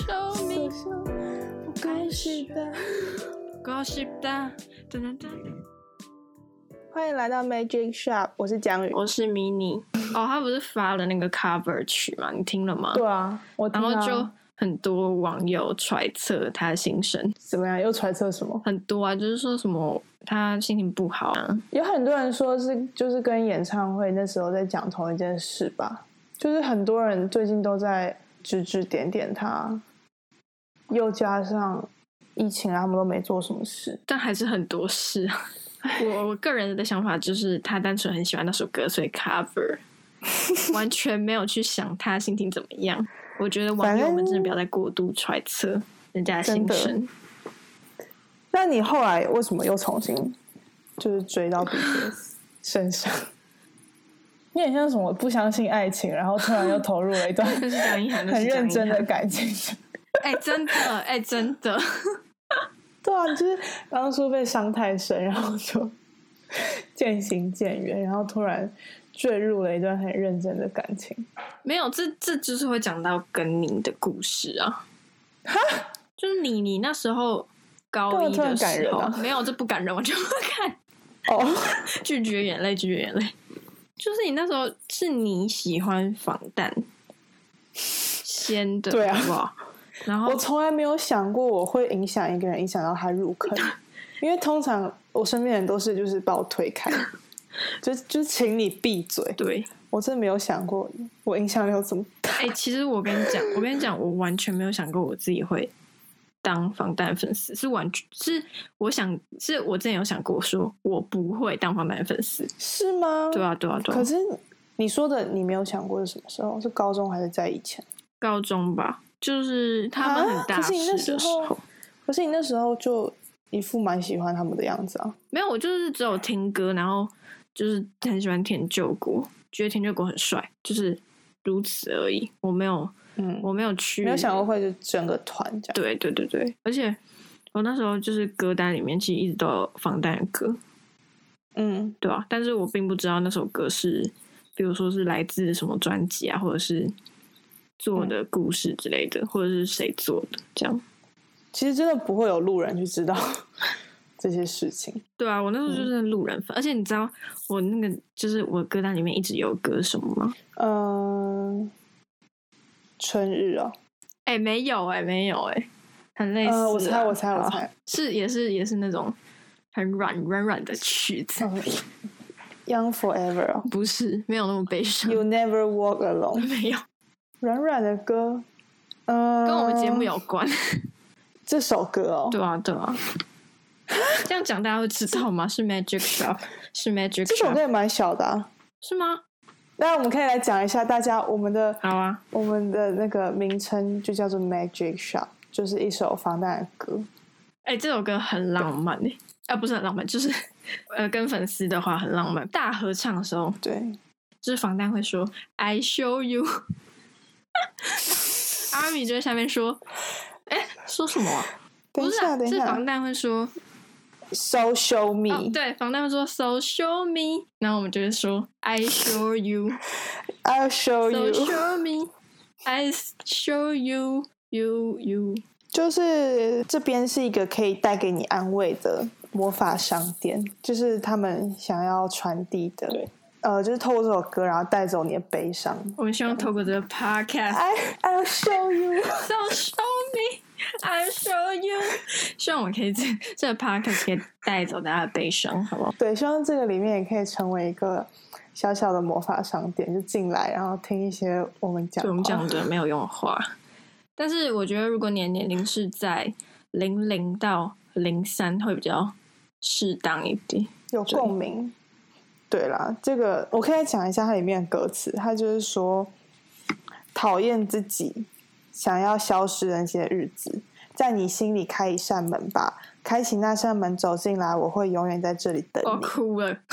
show me gossip噔噔噔。 欢迎来到 Magic Shop， 我是江宇， 我是迷你。哦，他不是发了那个 cover 曲吗？你听了吗？ 对啊，我听然后就很多网友揣测他的心声。 怎么样？又揣测什么？ 很多啊，就是说什么他心情不好啊。 有很多人说就是跟演唱会那时候在讲同一件事吧，就是很多人最近都在指指点点他，又加上疫情啊，他们都没做什么事， 但还是很多事啊。我个人的想法就是他单纯很喜欢那首歌，所以 cover 完全没有去想他心情怎么样。我觉得网友们真的不要再过度揣测人家的心声。 那你后来为什么又重新就是追到 BTS 身上？你很像什么不相信爱情，然后突然又投入了一段很认真的感情。 真的，真的。 对啊，就是当初被伤太深，然后就渐行渐远，然后突然坠入了一段很认真的感情。 没有，这就是会讲到跟你的故事啊。 哈， 就是你那时候高一的时候， 啊、 没有，这不感人，我就不看。 哦， 拒绝眼泪，拒绝眼泪。就是你那时候是你喜欢防弹先的， 对啊， 好不好？然后我从来没有想过我会影响一个人，影响到他入坑，因为通常我身边人都是就是把我推开，就请你闭嘴。 对， 我真的没有想过我影响力有这么大。 其实我跟你讲，我完全没有想过我自己会当防弹粉丝，是我之前有想过说我不会当防弹粉丝， 是吗？ 对啊。 可是你说的你没有想过是什么时候？是高中还是在以前？ 高中吧。就是他们很大事的时候， 可是你那时候就一副蛮喜欢他们的样子啊。 没有，我就是只有听歌，然后就是很喜欢田柾国，觉得田柾国很帅，就是如此而已。我没有去， 没有想过会是整个团这样。 对，而且我那时候就是歌单里面其实一直都有防弹的歌，对啊，但是我并不知道那首歌是，比如说是来自什么专辑啊，或者是做的故事之类的，或者是谁做的这样。 其实真的不会有路人去知道这些事情。 对啊，我那时候就是路人粉，而且你知道我那个就是我歌单里面一直有歌什么吗？ 春日哦。 没有很类似我猜是也是那种很软的曲子。 Young Forever 哦， 不是，没有那么悲伤。 You Never Walk Alone 没有。 软的歌， 跟我们节目有关。 这首歌哦， 对啊，这样讲大家会知道吗？是 Magic Shop， 是 Magic Shop。 这首歌也蛮小的啊，是吗？ 那我们可以来讲一下大家我们的好啊， 我们的那个名称就叫做 Magic Shop， 就是一首防弹的歌。 这首歌很浪漫不是很浪漫，就是跟粉丝的话很浪漫。大合唱的时候， 对， 就是防弹会说 I show you。阿米就在下面说说什么啊？ 等一下是防弹会说 So show me， 对，防弹会说 So show me， 然后我们就会说 I show you， I'll show you， So show me， I show you， you。 就是这边是一个可以带给你安慰的魔法商店，就是他们想要传递的。对。就是透过这首歌，然后带走你的悲伤。 我们希望透过这个 podcast I'll show you So show me I'll show you， 希望我们可以这个 podcast 可以带走大家的悲伤，好不好？ 对，希望这个里面也可以成为一个小小的魔法商店，就进来然后听一些我们讲的没有用的话。但是我觉得如果你的年龄是在00到03会比较适当一点， 有共鸣。对啦，这个我可以讲一下它里面的歌词，它就是说讨厌自己，想要消失的那些日子，在你心里开一扇门吧，开启那扇门走进来，我会永远在这里等你。 我哭了。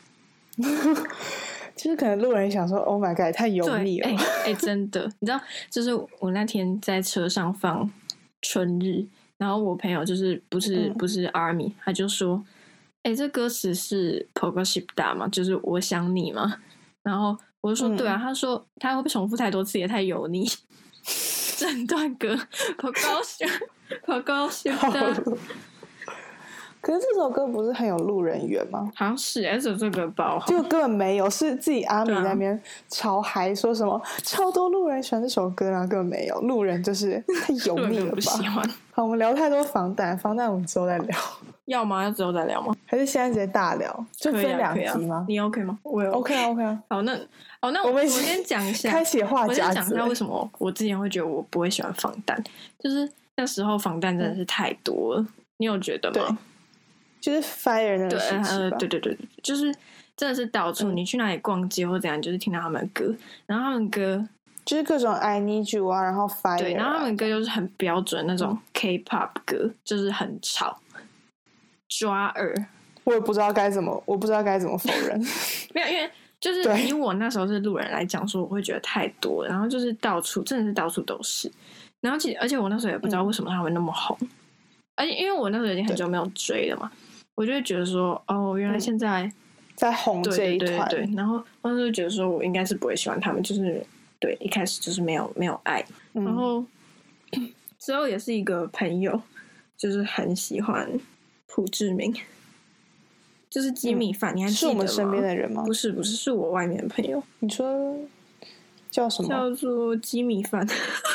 就是可能路人想说 Oh my God 太油腻了。 真的，你知道就是我那天在车上放春日，然后我朋友就是不是 Army， 他就说这歌词是 Pogoshipda 吗？就是我想你吗？然后我就说对啊，他说他会不会重复太多次也太油腻。 整段歌，好高兴，好高兴的。 可是这首歌不是很有路人缘吗？ 好像是，而且这个爆红， 就根本没有，是自己阿米在那边超嗨，说什么超多路人喜欢这首歌，然后根本没有，路人就是太油腻了吧？ 不喜欢。 好，我们聊太多防弹我们之后再聊。 要吗？要之后再聊吗？ 还是现在直接大聊？就分2集吗？ 你 OK 吗？我 OK 啊。 好，那我先讲一下， 开启话匣子。 我先讲一下为什么我之前会觉得我不会喜欢防弹，就是那时候防弹真的是太多了，你有觉得吗？ 就是 Fire 那个时期吧。 对，就是真的是到处你去哪里逛街或怎样，就是听到他们的歌，然后他们歌就是各种 I Need You 啊，然后 Fire 对，然后他们歌就是很标准那种 K-pop 歌，就是很吵。抓耳， 我不知道该怎么否认。 没有，因为就是以我那时候是路人来讲，说我会觉得太多了，然后就是到处真的是到处都是，然后而且我那时候也不知道为什么他们那么红，而且因为我那时候已经很久没有追了嘛，我就会觉得说，哦，原来现在在红这一团， 对，然后我那时候觉得说我应该是不会喜欢他们，就是对一开始就是没有爱，然后之后也是一个朋友，就是很喜欢朴志明，就是鸡米饭，你还记得吗？ 是我们身边的人吗？ 不是，是我外面的朋友。 你说叫什么？ 叫做鸡米饭。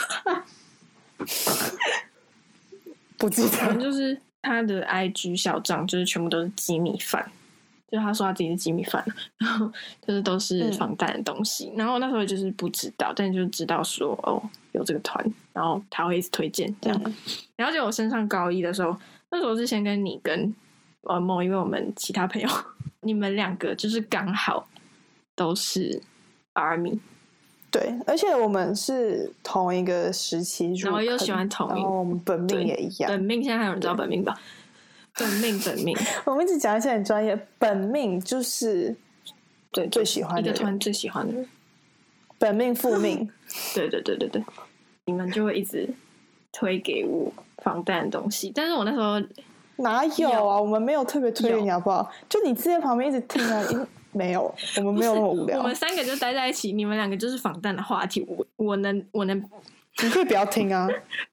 不记得， 就是他的 IG 小账，就是全部都是鸡米饭，就是他说他自己是鸡米饭，然后就是都是防弹的东西。然后那时候就是不知道，但就知道说哦有这个团，然后他会一直推荐这样。然后就我升上高一的时候，那时候是先跟你跟某一位我们其他朋友，你们2个就是刚好都是 ARMY。 对，而且我们是同一个时期入坑， 然后又喜欢同名， 然后我们本命也一样。 本命现在还有人知道本命吧？本命， 我们一直讲一些很专业。本命就是对最喜欢的一个团最喜欢的人， 本命副命。 对，你们就会一直推给我防弹的东西，但是我那时候哪有啊？我们没有特别推给你好不好？就你自己在旁边一直听啊。没有，我们没有那么无聊。 我们3个就待在一起，你们2个就是防弹的话题。我能， 你可以不要听啊。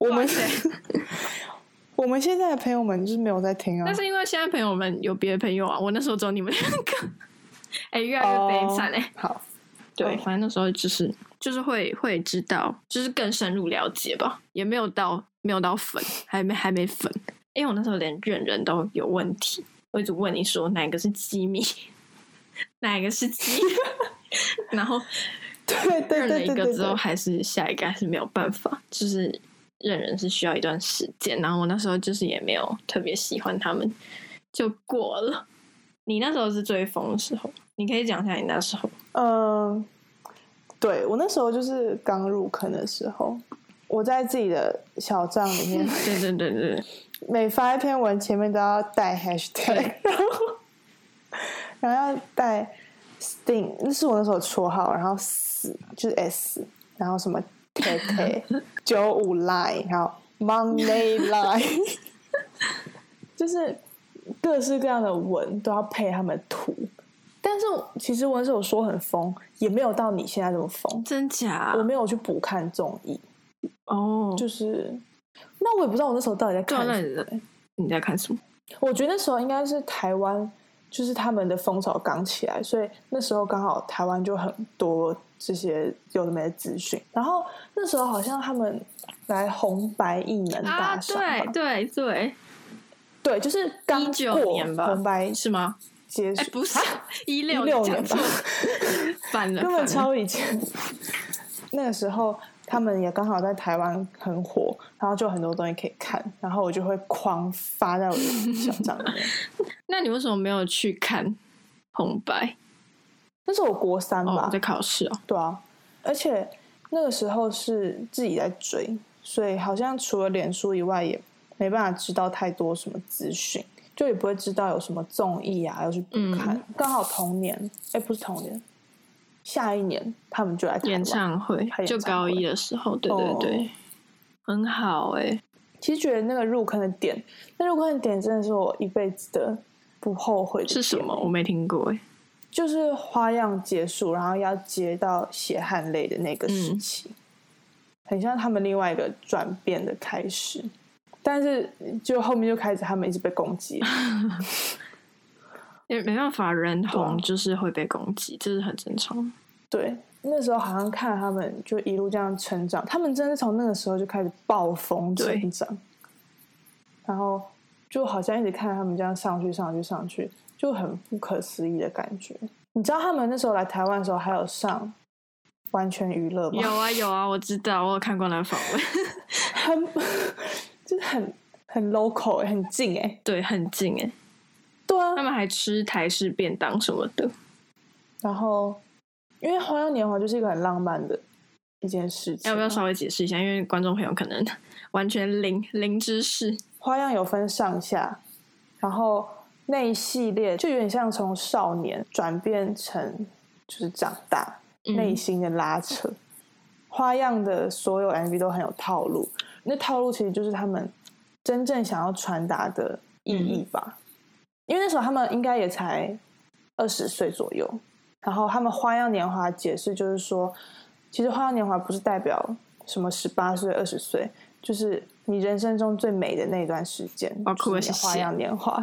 我们现在的朋友们就是没有在听啊。 但是因为现在朋友们有别的朋友啊，我那时候只有你们2个。越来越悲惨好， 对，反正那时候就是会知道，就是更深入了解吧，也没有到粉，还没粉。因为我那时候连认人都有问题，我一直问你说哪个是机密。哪一个是鸡？然后认了一个之后，还是下一个还是没有办法，就是认人是需要一段时间。然后我那时候就是也没有特别喜欢他们，就过了。你那时候是最疯的时候，你可以讲一下你那时候。 对，我那时候就是刚入坑的时候，我在自己的小账里面， 对， 每发一篇文前面都要带 hashtag， 然后要带 Sting， 那是我那时候的绰号，然后死就是 S， 然后什么 KK 95 line， 然后 Monday line， 就是各式各样的文都要配他们的图。但是其实我那时候有说很疯，也没有到你现在这么疯。 真假？ 我没有去补看综艺哦， 就是那我也不知道我那时候到底在看什么。 你在看什么？ 我觉得那时候应该是台湾，就是他们的风潮刚起来，所以那时候刚好台湾就很多这些有的没的资讯。然后那时候好像他们来红白艺能大赏吧，对，就是刚过 19年吧， 红白是吗？ 结束不是16 年吧， 反了， 根本超以前。那个时候他们也刚好在台湾很火，然后就有很多东西可以看，然后我就会狂发在我的小账里面。 那你为什么没有去看红白？ 那是我国3吧， 在考试哦。 对啊，而且那个时候是自己在追，所以好像除了脸书以外，也没办法知道太多什么资讯，就也不会知道有什么综艺啊要去补看。刚好同年，不是同年，下一年他们就来台湾演唱会，就高1的时候，对，很好其实觉得那个入坑的点，那入坑的点真的是我一辈子的不后悔的点。 是什么？我没听过就是花样结束，然后要接到血汗泪的那个时期。 很像他们另外一个转变的开始。但是就后面就开始他们一直被攻击因为没办法，人红就是会被攻击，这是很正常。 对，那时候好像看他们就一路这样成长，他们真的从那个时候就开始暴风成长，然后就好像一直看他们这样上去，就很不可思议的感觉。你知道他们那时候来台湾的时候还有上完全娱乐吗？ 有啊，我知道，我有看过那个访问就是很 local 很近对，很近对啊， 他们还吃台式便当什么的。 然后因为花样年华就是一个很浪漫的一件事情， 要不要稍微解释一下？因为观众朋友可能完全零知识。 花样有分上下，然后那一系列就有点像从少年转变成就是长大内心的拉扯。花样的所有 MV 都很有套路，那套路其实就是他们真正想要传达的意义吧。因为那时候他们应该也才20岁左右，然后他们花样年华解释就是说，其实花样年华不是代表什么18岁20岁，就是你人生中最美的那段时间，就是花样年华。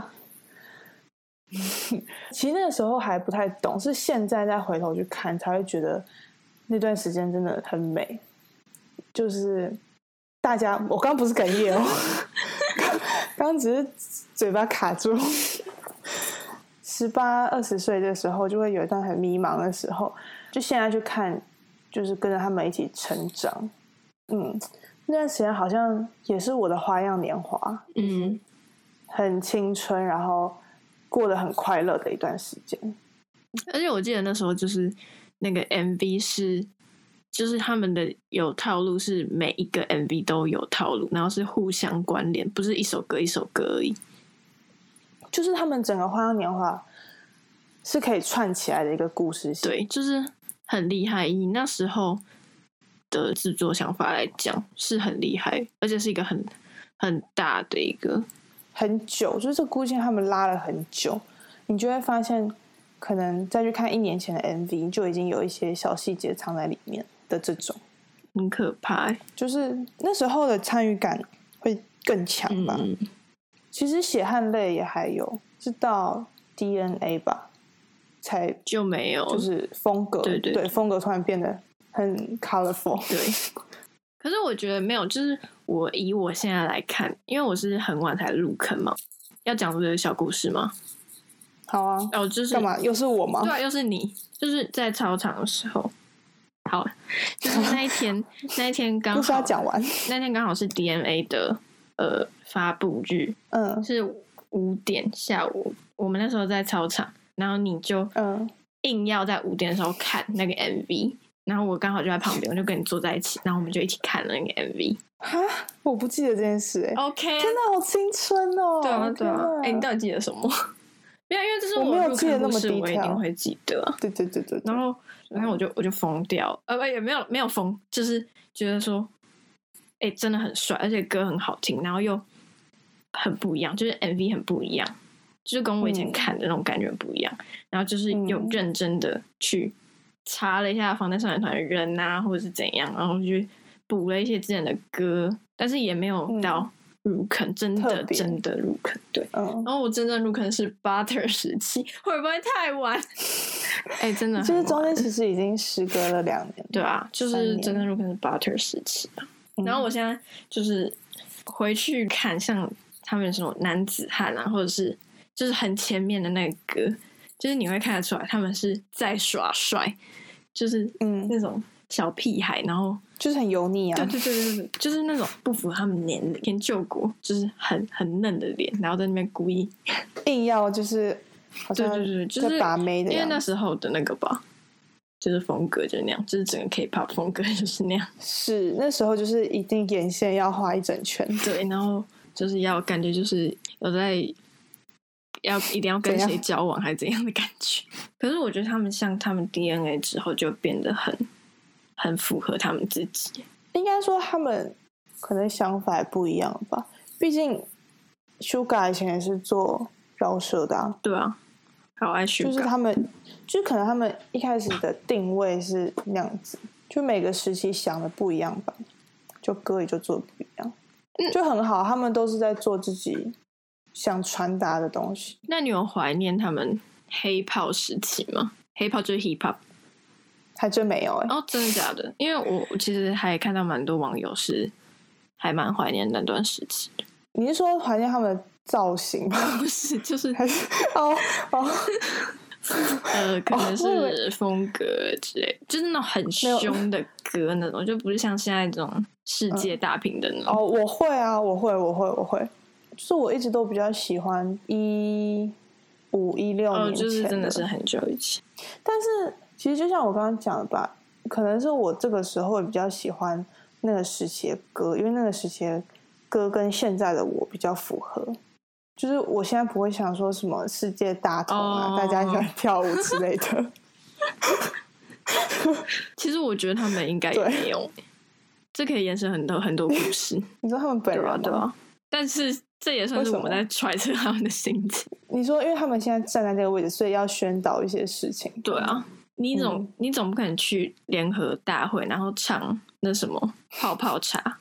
其实那个时候还不太懂，是现在再回头去看才会觉得那段时间真的很美。就是大家，我刚刚不是哽咽哦，刚刚只是嘴巴卡住。18、20岁的时候就会有一段很迷茫的时候，就现在去看，就是跟着他们一起成长。那段时间好像也是我的花样年华，很青春，然后过得很快乐的一段时间。 而且我记得那时候就是那个 MV 是，就是他们的有套路，是每一个 MV 都有套路，然后是互相关联，不是一首歌一首歌而已。 就是他们整个花样年华是可以串起来的一个故事性。 对，就是很厉害。以那时候的制作想法来讲，是很厉害，而且是一个很大的一个很久，就是这估计他们拉了很久，你就会发现，可能再去看1年前的 MV， 就已经有一些小细节藏在里面的这种， 很可怕。 就是那时候的参与感会更强吧。其实血汗泪也还有，是到 DNA 吧才就没有， 就是风格，对风格突然变得很 colorful。 对，可是我觉得没有，就是以我现在来看，因为我是很晚才入坑嘛。要讲这个小故事吗？ 好啊。 就是干嘛？又是我吗？ 对啊，又是你。就是在操场的时候，好，就是那一天刚好， 不是要讲完。 那天刚好是 DNA 的发布日，是5点下午，我们那时候在操场，然后你就硬要在5点的时候看那个 MV， 然后我刚好就在旁边，我就跟你坐在一起，然后我们就一起看了那个 MV。 哈，我不记得这件事 OK， 天哪，好青春哦！ 对啊，对啊。你到底记得什么？没有，因为这是我没有记得那么我一定会记得。 对。 然后我就疯掉，也没有疯，就是觉得说，真的很帅，而且歌很好听，然后又很不一样，就是 MV 很不一样，就是跟我以前看的那种感觉不一样。然后就是有认真的去查了一下防弹少年团的人啊，或者是怎样，然后去补了一些之前的歌，但是也没有到入坑，真的入坑。对，然后我真正入坑是 Butter 时期，会不会太晚？真的， 就是中间其实已经时隔了2年。 对啊，就是真正入坑是 Butter 时期啊。然后我现在就是回去看，像他们什么男子汉啊，或者是就是很前面的那个歌，就是你会看得出来他们是在耍帅，就是那种小屁孩，然后就是很油腻啊。 对，就是那种不符合他们年龄，偏救国，就是很嫩的脸，然后在那边故意硬要就是好像就是把妹的样子， 因为那时候的那个吧。就是风格就那样，就是整个 K-pop 风格就是那样。 是那时候就是一定眼线要画一整圈， 对，然后就是要感觉就是有在一定要跟谁交往还是怎样的感觉。可是我觉得他们像他们 DNA 之后就变得很符合他们自己。 应该说他们可能想法也不一样吧，毕竟 Suga 以前也是做饶舌的啊。 对啊，好爱 Suga， 就是他们就可能他们一开始的定位是那样子，就每个时期想的不一样吧。 就歌也就做不一样，就很好。他们都是在做自己想传达的东西。 那你有怀念他们黑炮时期吗？黑炮就是 hip hop。 还真没有哦，真的假的？因为我其实还看到蛮多网友是还蛮怀念那段时期的。 你是说怀念他们的造型吗？ 不是，就是还是可能是风格之类，就是那种很凶的歌那种，就不是像现在这种世界大平等那种。 我会啊，我会，就是我一直都比较喜欢15、16年前就是真的是很久以前。 但是其实就像我刚刚讲的吧，可能是我这个时候比较喜欢那个时期的歌，因为那个时期的歌跟现在的我比较符合。就是我现在不会想说什么世界大同啊，大家喜欢跳舞之类的。 其实我觉得他们应该也没有，这可以延伸很多故事。 你说他们本人吗？ 对啊，但是这也算是我们在揣测他们的心情。 你说，因为他们现在站在这个位置，所以要宣导一些事情。 对啊，你总不可能去联合大会，然后唱那什么泡泡茶。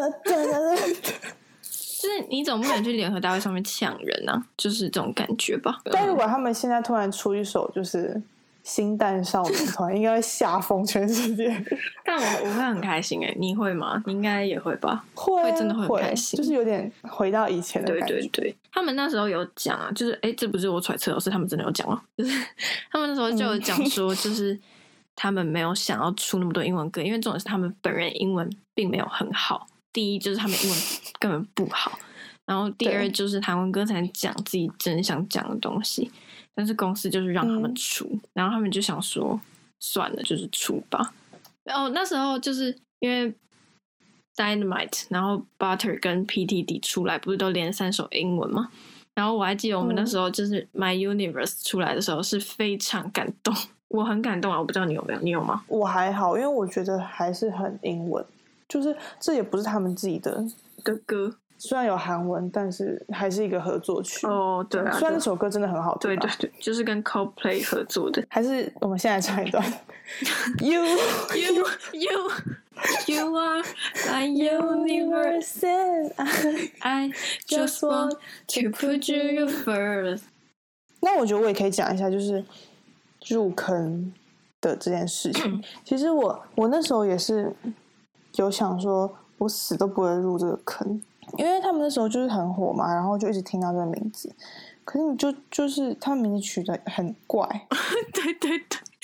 就是你总不可能去联合大会上面呛人啊，就是这种感觉吧。 但如果他们现在突然出一首就是新诞少年团，应该会吓疯全世界。 但我会很开心你会吗？你应该也会吧？会真的会很开心， 就是有点回到以前的感觉。 对，他们那时候有讲啊，就是这不是我揣测，是他们真的有讲哦。就是他们那时候就有讲说，就是他们没有想要出那么多英文歌，因为重点是他们本人英文并没有很好。第一就是他们英文根本不好，然后第二就是韩文歌才能讲自己真想讲的东西，但是公司就是让他们出，然后他们就想说算了，就是出吧。然后那时候就是因为 Dynamite， 然后 Butter 跟 PTD 出来，不是都连3首英文吗？然后我还记得我们那时候就是 My Universe 出来的时候是非常感动，我很感动啊！我不知道你有没有，你有吗？ 我还好，因为我觉得还是很英文。就是这也不是他们自己的歌， 虽然有韩文，但是还是一个合作曲。 对啊， 虽然那首歌真的很好听。 对，就是跟 Coldplay 合作的。 还是我们现在唱一段。You are my universe, I just want to put you first。 那我觉得我也可以讲一下，就是入坑的这件事情。其实我那时候也是有想说我死都不会入这个坑，因为他们那时候就是很火嘛，然后就一直听到这个名字，可是你就是他们名字取得很怪。 对，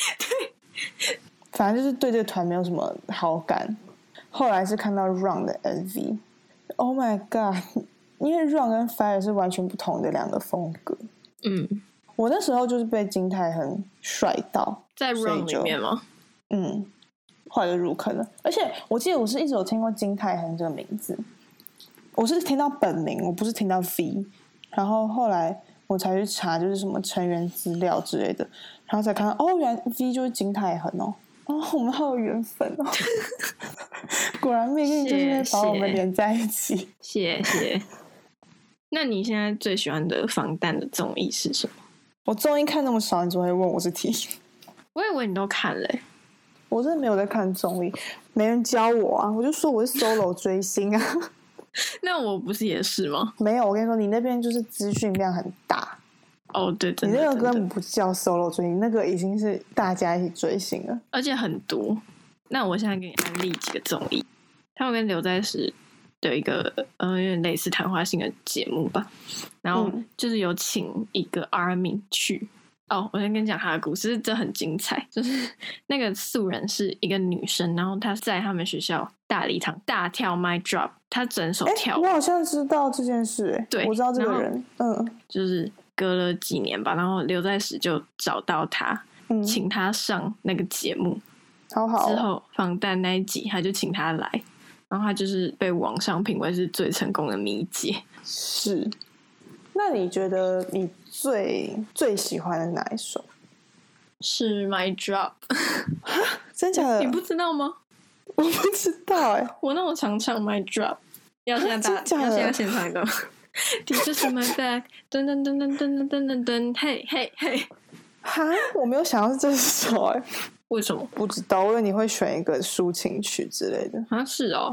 反正就是对这个团没有什么好感。后来是看到 Run 的 MV， Oh my god， 因为 Run 跟 Fire 是完全不同的2个风格。我那时候就是被金泰亨帅到， 在 Run 里面吗？ 后来就入坑了。而且我记得我是一直有听过金泰亨这个名字，我是听到本名，我不是听到 V， 然后后来我才去查就是什么成员资料之类的，然后才看到原来 V 就是金泰亨哦，我们好有缘分哦。果然命运就是会把我们连在一起。 谢谢。那你现在最喜欢的防弹的综艺是什么？ 我综艺看那么少，你怎么会问我这题？ 我以为你都看了我真的没有在看综艺，没人教我啊，我就说我是 solo 追星啊。 那我不是也是吗？ 没有，我跟你说，你那边就是资讯量很大。 对，真的， 你那个根本不叫 solo 追星，那个已经是大家一起追星了， 而且很多。那我现在给你安利几个综艺，他们跟刘在石的一个有点类似谈话性的节目吧，然后就是有请一个 ARMY 去。我先跟你讲他的故事，这很精彩。就是那个素人是一个女生，然后她在他们学校大礼堂大跳 My Drop， 她整首跳。 我好像知道这件事。 对， 我知道这个人。 就是隔了几年吧，然后刘在石就找到他，请他上那个节目。 好好。 之后防弹那一集，他就请他来，然后他就是被网上评为是最成功的迷姐。 是。那你觉得你最喜欢的哪一首？ 是 My Drop。 真假的？ 你不知道吗？ 我不知道我那么常唱 My Drop， 要现在现场的。Just my back， 噔噔噔噔噔噔噔噔，嘿嘿嘿。 哈，我没有想到是这首为什么？ 不知道，我以为你会选一个抒情曲之类的。 是哦。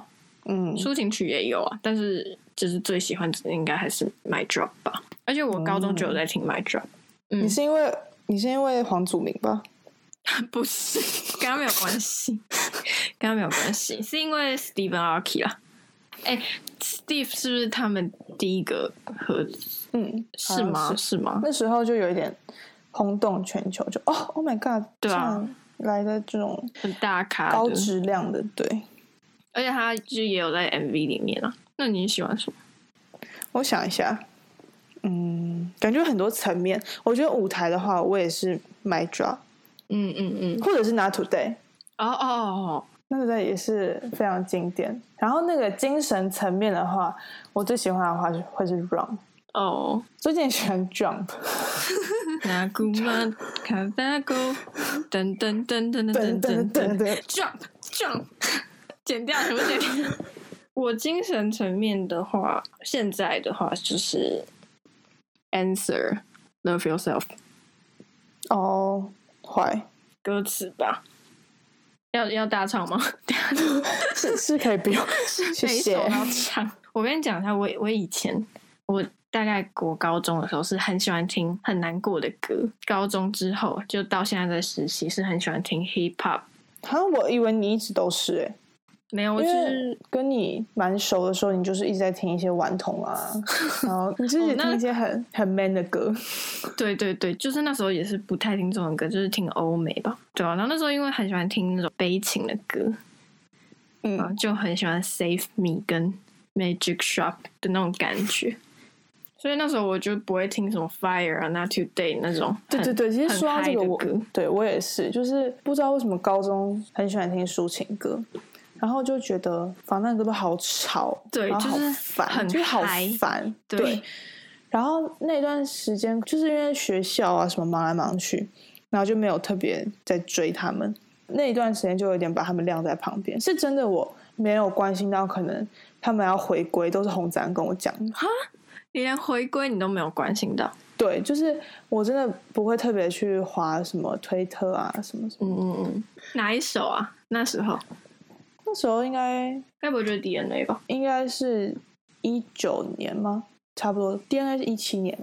抒情曲也有啊，但是就是最喜欢的应该还是 My Drop 吧。而且我高中就有在听 My Drop。 你是因为黄祖明吧？ 不是，跟他没有关系，跟他没有关系，是因为 Steven Aoki 啦。Steve 是不是他们第一个合？是吗？是吗？ 那时候就有一点轰动全球，就Oh my God， 对啊， 来的这种很大咖、 高质量的，对。 而且他就也有在 MV 里面啊。那你喜欢什么？ 我想一下，感觉很多层面。我觉得舞台的话，我也是 My Drop， 或者是 Not Today。那个也是非常经典。然后那个精神层面的话，我最喜欢的话会是 Run。最近喜欢 Jump。 那古曼卡达狗，噔噔噔噔噔噔噔 ，Jump，剪掉什么剪掉？我精神层面的话，现在的话就是 Answer Love Yourself。 坏歌词吧。要大唱吗？ 是可以不用，谢谢。 每一首要唱。我跟你讲一下，我以前大概国高中的时候是很喜欢听很难过的歌，高中之后就到现在在实习是很喜欢听 hip hop。 我以为你一直都是没有，我就是跟你蛮熟的时候，你就是一直在听一些顽童啊，然后你自己听一些很 man 的歌。 对，就是那时候也是不太听中文歌，就是听欧美吧，对啊。然后那时候因为很喜欢听那种悲情的歌，就很喜欢 Save Me 跟 Magic Shop 的那种感觉，所以那时候我就不会听什么 Fire 啊、Not Today 那种。对， 其实说到这个我也是，就是不知道为什么高中很喜欢听抒情歌。然后就觉得防弹歌都好吵， 对， 然后好烦，就是好烦，对。然后那段时间就是因为学校啊什么忙来忙去，然后就没有特别在追他们。那一段时间就有点把他们晾在旁边，是真的我没有关心到，可能他们要回归都是红子跟我讲的。 哈，你连回归你都没有关心到？ 对，就是我真的不会特别去滑什么推特啊什么什么。 哪一首啊？那时候应该不会就是 DNA 吧？ 应该是19年吗？差不多 DNA 是17年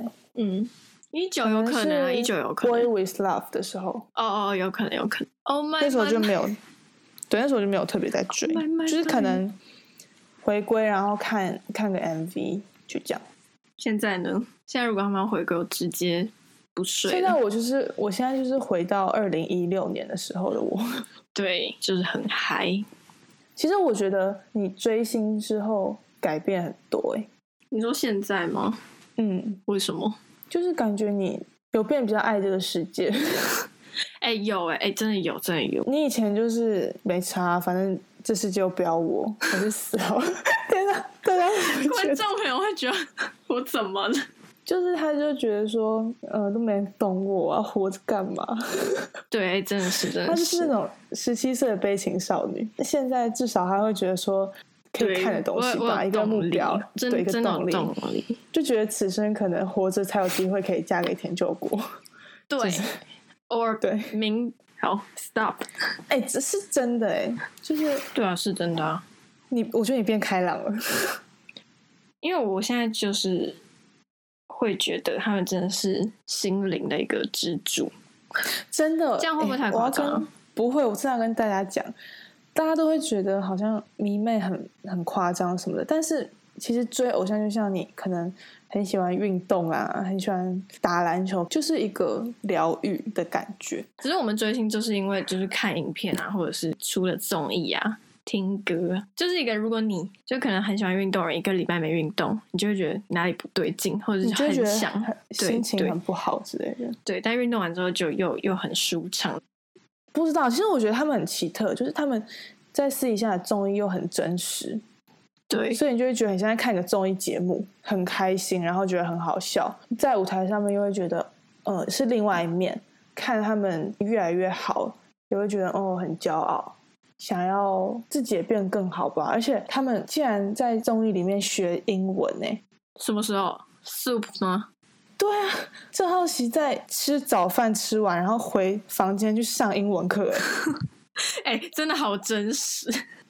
19有可能啊，19有可能。 Boy with Love 的时候， 有可能。Oh my， 那时候就没有，对，那时候就没有特别在追，就是可能回归，然后看个 MV 就这样。 现在呢？现在如果他们要回归，我直接不睡了。 现在我现在就是回到2016年的时候的我， 对，就是很嗨。 其实我觉得你追星之后改变很多你说现在吗？为什么？ 就是感觉你有变比较爱这个世界。 有真的有。 你以前就是没差，反正这世界又不要我就死了。天哪，大家观众朋友会觉得我怎么了？ 就是他就觉得说，都没人懂我啊，活着干嘛？ 对，真的是。 他就是那种17岁的悲情少女，现在至少他会觉得说，可以看的东西吧，一个目标，对，一个动力，就觉得此生可能活着才有机会可以嫁给田救国。 对， 就是对好 stop。 这是真的就是对啊，是真的啊。 我觉得你变开朗了， 因为我现在就是会觉得他们真的是心灵的一个支柱。真的，这样会不会太夸张？ 不会，我这样跟大家讲，大家都会觉得好像迷妹很夸张什么的，但是其实追偶像就像你可能很喜欢运动啊，很喜欢打篮球，就是一个疗愈的感觉。 只是我们追星就是因为就是看影片啊，或者是出了综艺啊，听歌，就是一个如果你就可能很喜欢运动人，一个礼拜没运动，你就会觉得哪里不对劲，或者是很想心情很不好之类的。 对，但运动完之后就又很舒畅。 不知道，其实我觉得他们很奇特，就是他们在私底下的综艺又很真实。 对， 所以你就会觉得你现在看个综艺节目很开心，然后觉得很好笑，在舞台上面又会觉得是另外一面，看他们越来越好也会觉得很骄傲，想要自己也变得更好吧。而且他们竟然在综艺里面学英文什么时候 soup 吗？ 对啊，郑浩熙在吃早饭吃完然后回房间去上英文课真的好真实。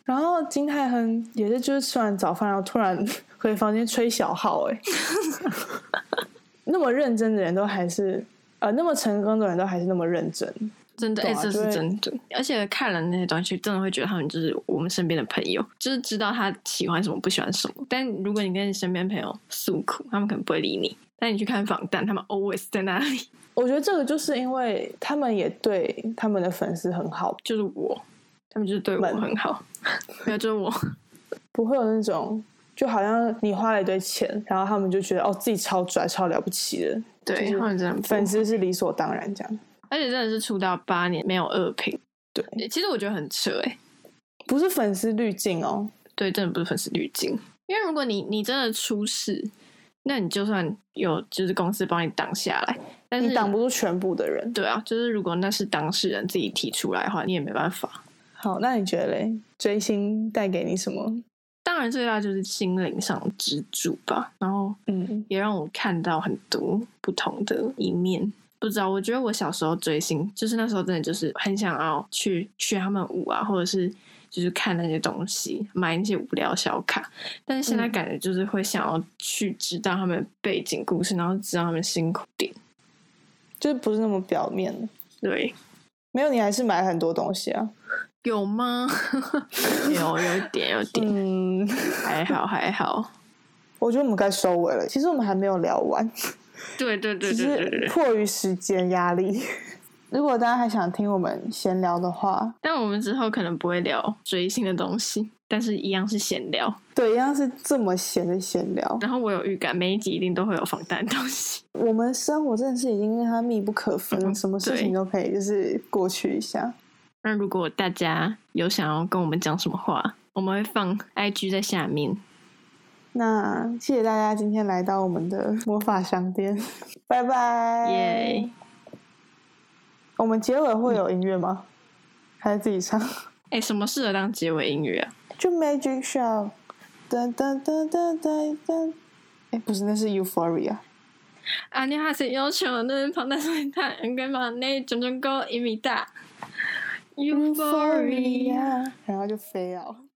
然后金泰亨也是，就是吃完早饭，然后突然回房间吹小号，那么认真的人都还是那么成功的人都还是那么认真， 真的，这是真的。而且看了那些东西，真的会觉得他们就是我们身边的朋友，就是知道他喜欢什么，不喜欢什么。但如果你跟你身边朋友诉苦，他们可能不会理你。但你去看访谈，他们 always 在那里。 我觉得这个就是因为他们也对他们的粉丝很好， 就是他们就是对我很好，没有就是我不会有那种就好像你花了一堆钱，然后他们就觉得自己超拽超了不起的， 对，他们真的粉丝是理所当然这样。 而且真的是出道8年没有恶评， 对， 其实我觉得很扯不是粉丝滤镜对，真的不是粉丝滤镜，因为如果你真的出事，那你就算有就是公司帮你挡下来，但是你挡不住全部的人。 对啊，就是如果那是当事人自己提出来的话，你也没办法。 好，那你觉得嘞？追星带给你什么？ 当然最大就是心灵上的支柱吧，然后也让我看到很多不同的一面。不知道，我觉得我小时候追星，就是那时候真的就是很想要去学他们舞啊，或者是就是看那些东西，买那些无聊小卡。但是现在感觉就是会想要去知道他们背景故事，然后知道他们辛苦点， 就是不是那么表面的。 对， 没有，你还是买很多东西啊？ 有吗？有一点，还好。 我觉得我们该收尾了，其实我们还没有聊完。 对， 只是迫于时间压力。如果大家还想听我们闲聊的话， 但我们之后可能不会聊追星的东西，但是一样是闲聊。 对，一样是这么闲的闲聊。 然后我有预感，每一集一定都会有访谈的东西。 我们生活真的是已经跟它密不可分了，什么事情都可以就是过去一下。 那如果大家有想要跟我们讲什么话，我们会放 IG 在下面。 那谢谢大家今天来到我们的魔法商店，拜拜。 耶！ 我们结尾会有音乐吗？还是自己唱？ 什么适合当结尾音乐啊？ 就 Magic Show， 噔噔噔噔噔噔。不是，那是 Euphoria。 안녕하세요.저는 방탄소년단 응급만의 전전고 입니다. Euphoria， 然后就飞了。